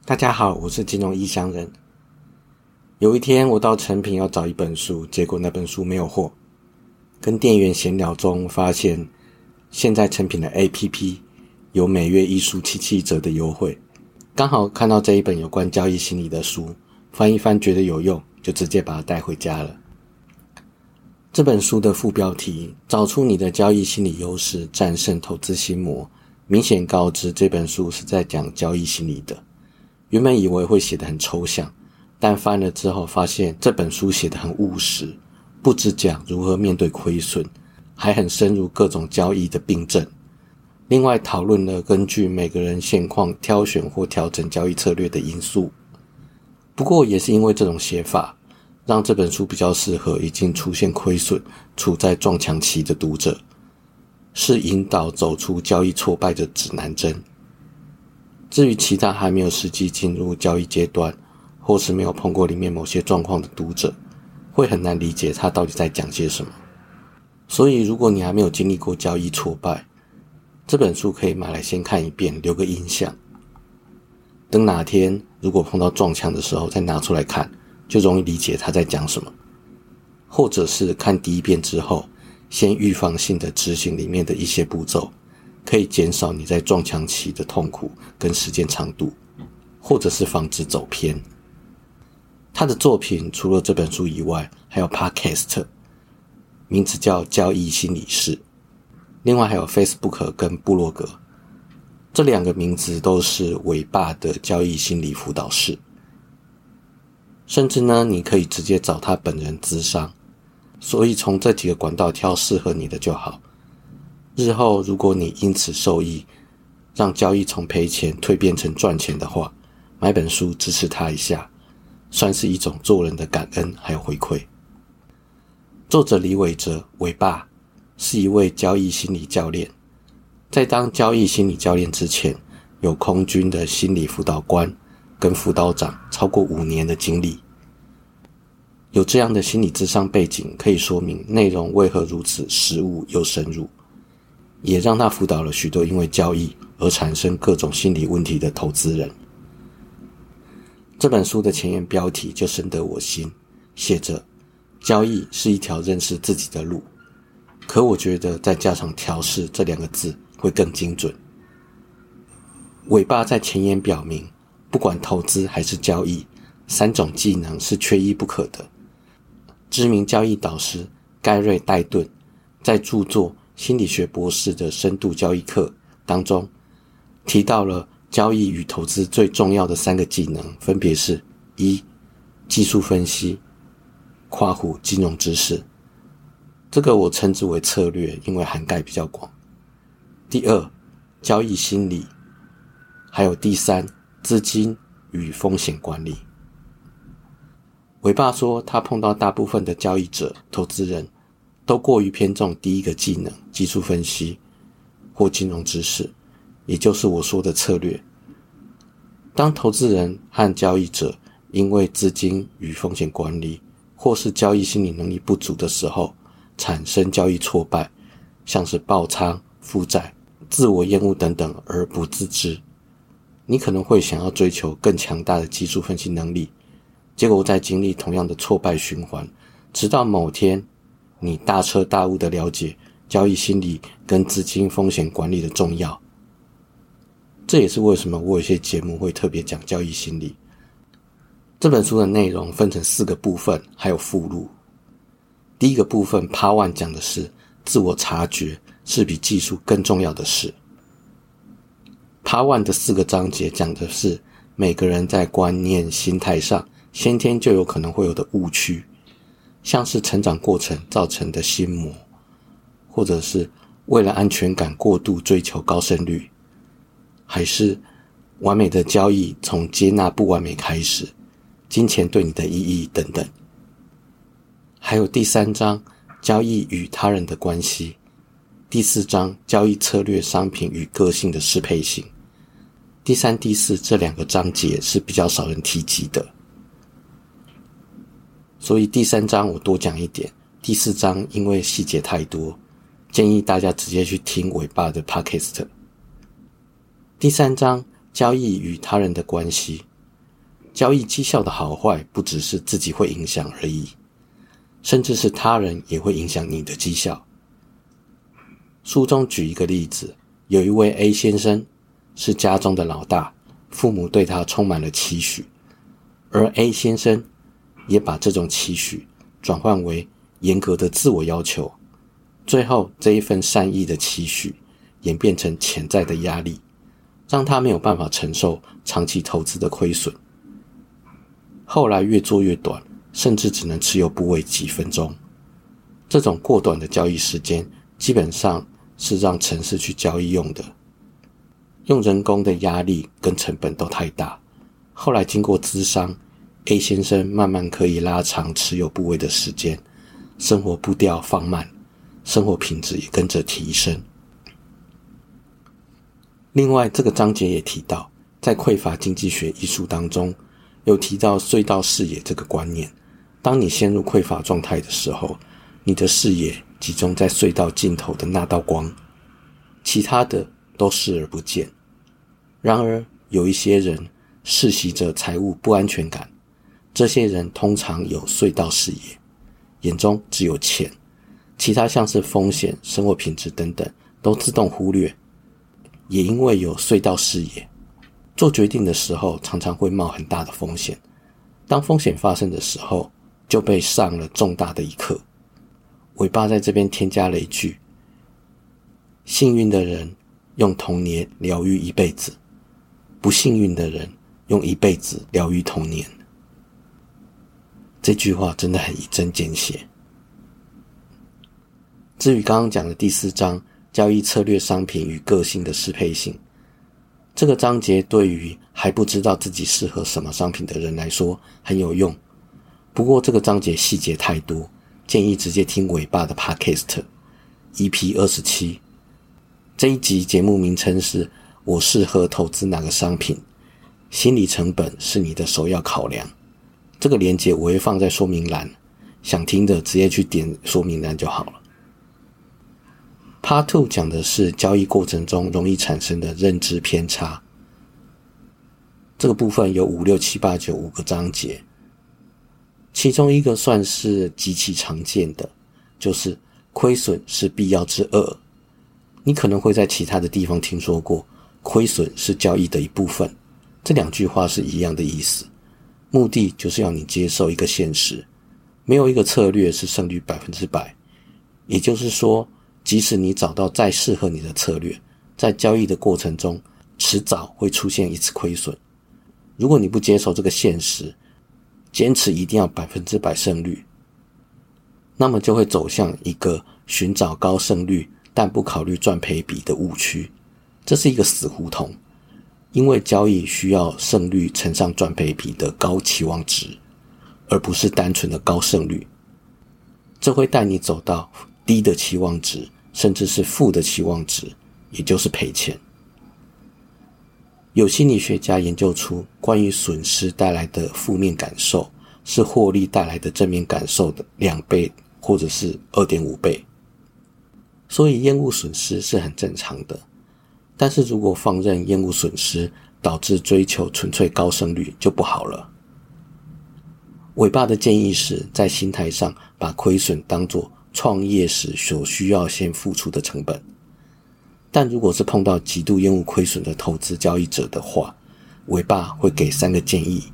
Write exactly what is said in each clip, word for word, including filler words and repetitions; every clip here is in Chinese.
大家好，我是金融异乡人。有一天我到诚品要找一本书，结果那本书没有货。跟店员闲聊中发现，现在诚品的 A P P 有每月一书七七折的优惠，刚好看到这一本有关交易心理的书，翻一翻觉得有用，就直接把它带回家了。这本书的副标题找出你的交易心理优势，战胜投资心魔，明显告知这本书是在讲交易心理的。原本以为会写得很抽象，但翻了之后发现这本书写得很务实，不只讲如何面对亏损，还很深入各种交易的病症。另外讨论了根据每个人现况挑选或调整交易策略的因素。不过也是因为这种写法，让这本书比较适合已经出现亏损、处在撞墙期的读者，是引导走出交易挫败的指南针。至于其他还没有实际进入交易阶段，或是没有碰过里面某些状况的读者，会很难理解他到底在讲些什么。所以如果你还没有经历过交易挫败，这本书可以买来先看一遍，留个印象。等哪天如果碰到撞墙的时候再拿出来看，就容易理解他在讲什么。或者是看第一遍之后，先预防性的执行里面的一些步骤，可以减少你在撞墙期的痛苦跟时间长度，或者是防止走偏。他的作品除了这本书以外，还有 Podcast， 名字叫交易心理室。另外还有 Facebook 跟部落格，这两个名字都是伟爸的交易心理辅导室。甚至呢，你可以直接找他本人咨商，所以从这几个管道挑适合你的就好。日后如果你因此受益，让交易从赔钱蜕变成赚钱的话，买本书支持他一下，算是一种做人的感恩还有回馈。作者李伟哲伟爸是一位交易心理教练，在当交易心理教练之前，有空军的心理辅导官跟辅导长超过五年的经历。有这样的心理咨商背景，可以说明内容为何如此实务又深入，也让他辅导了许多因为交易而产生各种心理问题的投资人。这本书的前言标题就深得我心，写着交易是一条认识自己的路，可我觉得再加上调试这两个字会更精准。伟爸在前言表明，不管投资还是交易，三种技能是缺一不可的。知名交易导师盖瑞戴顿在著作心理学博士的深度交易课当中提到了交易与投资最重要的三个技能，分别是一、技术分析括弧金融知识，这个我称之为策略，因为涵盖比较广。第二，交易心理，还有第三，资金与风险管理。伟爸说，他碰到大部分的交易者、投资人都过于偏重第一个技能，技术分析或金融知识，也就是我说的策略。当投资人和交易者因为资金与风险管理或是交易心理能力不足的时候，产生交易挫败，像是爆仓、负债、自我厌恶等等而不自知，你可能会想要追求更强大的技术分析能力，结果在经历同样的挫败循环，直到某天你大彻大悟地了解交易心理跟资金风险管理的重要。这也是为什么我有些节目会特别讲交易心理。这本书的内容分成四个部分，还有附录。第一个部分 Part 一 讲的是自我察觉是比技术更重要的事。Part 一 的四个章节讲的是每个人在观念、心态上先天就有可能会有的误区，像是成长过程造成的心魔，或者是为了安全感过度追求高胜率，还是完美的交易从接纳不完美开始，金钱对你的意义等等。还有第三章交易与他人的关系，第四章交易策略、商品与个性的适配性。第三、第四这两个章节是比较少人提及的，所以第三章我多讲一点，第四章因为细节太多，建议大家直接去听伟爸的 Podcast。第三章交易与他人的关系， 交易绩效的好坏不只是自己会影响而已，甚至是他人也会影响你的绩效。书中举一个例子，有一位 A 先生是家中的老大，父母对他充满了期许，而 A 先生也把这种期许转换为严格的自我要求，最后这一份善意的期许演变成潜在的压力，让他没有办法承受长期投资的亏损，后来越做越短，甚至只能持有部位几分钟。这种过短的交易时间基本上是让程式去交易用的，用人工的压力跟成本都太大。后来经过咨商， A 先生慢慢可以拉长持有部位的时间，生活步调放慢，生活品质也跟着提升。另外，这个章节也提到，在匮乏经济学一书当中，有提到隧道视野这个观念。当你陷入匮乏状态的时候，你的视野集中在隧道尽头的那道光，其他的都视而不见。然而，有一些人世袭着财务不安全感，这些人通常有隧道视野，眼中只有钱，其他像是风险、生活品质等等都自动忽略。也因为有隧道视野，做决定的时候常常会冒很大的风险，当风险发生的时候就被上了重大的一课。尾巴在这边添加了一句：幸运的人用童年疗愈一辈子，不幸运的人用一辈子疗愈童年。这句话真的很一针见血。至于刚刚讲的第四章，交易策略商品与个性的适配性，这个章节对于还不知道自己适合什么商品的人来说很有用。不过这个章节细节太多，建议直接听尾巴的 Podcast E P 二十七。这一集节目名称是我适合投资哪个商品，心理成本是你的首要考量。这个连结我会放在说明栏，想听的直接去点说明栏就好了。Part 二 讲的是交易过程中容易产生的认知偏差。这个部分有五六七八九五个章节，其中一个算是极其常见的，就是亏损是必要之恶。你可能会在其他的地方听说过，亏损是交易的一部分。这两句话是一样的意思，目的就是要你接受一个现实，没有一个策略是胜率百分之百。也就是说，即使你找到再适合你的策略，在交易的过程中迟早会出现一次亏损。如果你不接受这个现实，坚持一定要百分之百胜率，那么就会走向一个寻找高胜率但不考虑赚赔比的误区。这是一个死胡同，因为交易需要胜率乘上赚赔比的高期望值，而不是单纯的高胜率。这会带你走到低的期望值，甚至是负的期望值，也就是赔钱。有心理学家研究出，关于损失带来的负面感受是获利带来的正面感受的两倍或者是 二点五倍。所以厌恶损失是很正常的，但是如果放任厌恶损失导致追求纯粹高胜率就不好了。尾巴的建议是在心态上把亏损当作创业时所需要先付出的成本。但如果是碰到极度厌恶亏损的投资交易者的话，尾巴会给三个建议。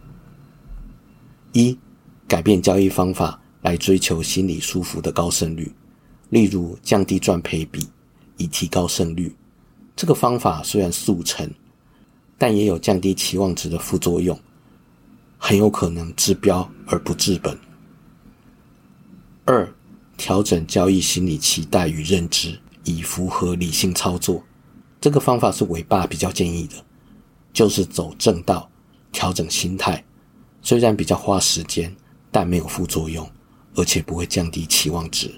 一、改变交易方法来追求心理舒服的高胜率，例如降低赚赔比以提高胜率。这个方法虽然速成，但也有降低期望值的副作用，很有可能治标而不治本。二、调整交易心理期待与认知，以符合理性操作。这个方法是尾巴比较建议的，就是走正道，调整心态，虽然比较花时间，但没有副作用，而且不会降低期望值。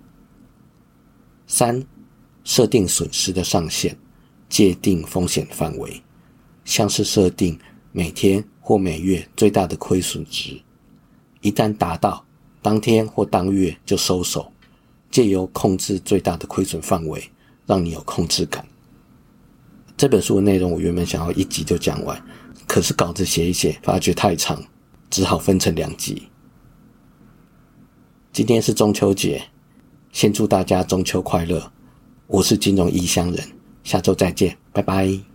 三、设定损失的上限，界定风险范围，像是设定每天或每月最大的亏损值，一旦达到，当天或当月就收手，借由控制最大的亏损范围，让你有控制感。这本书的内容我原本想要一集就讲完， 可是稿子写一写，发觉太长，只好分成两集。今天是中秋节，先祝大家中秋快乐。我是金融异乡人，下周再见，拜拜。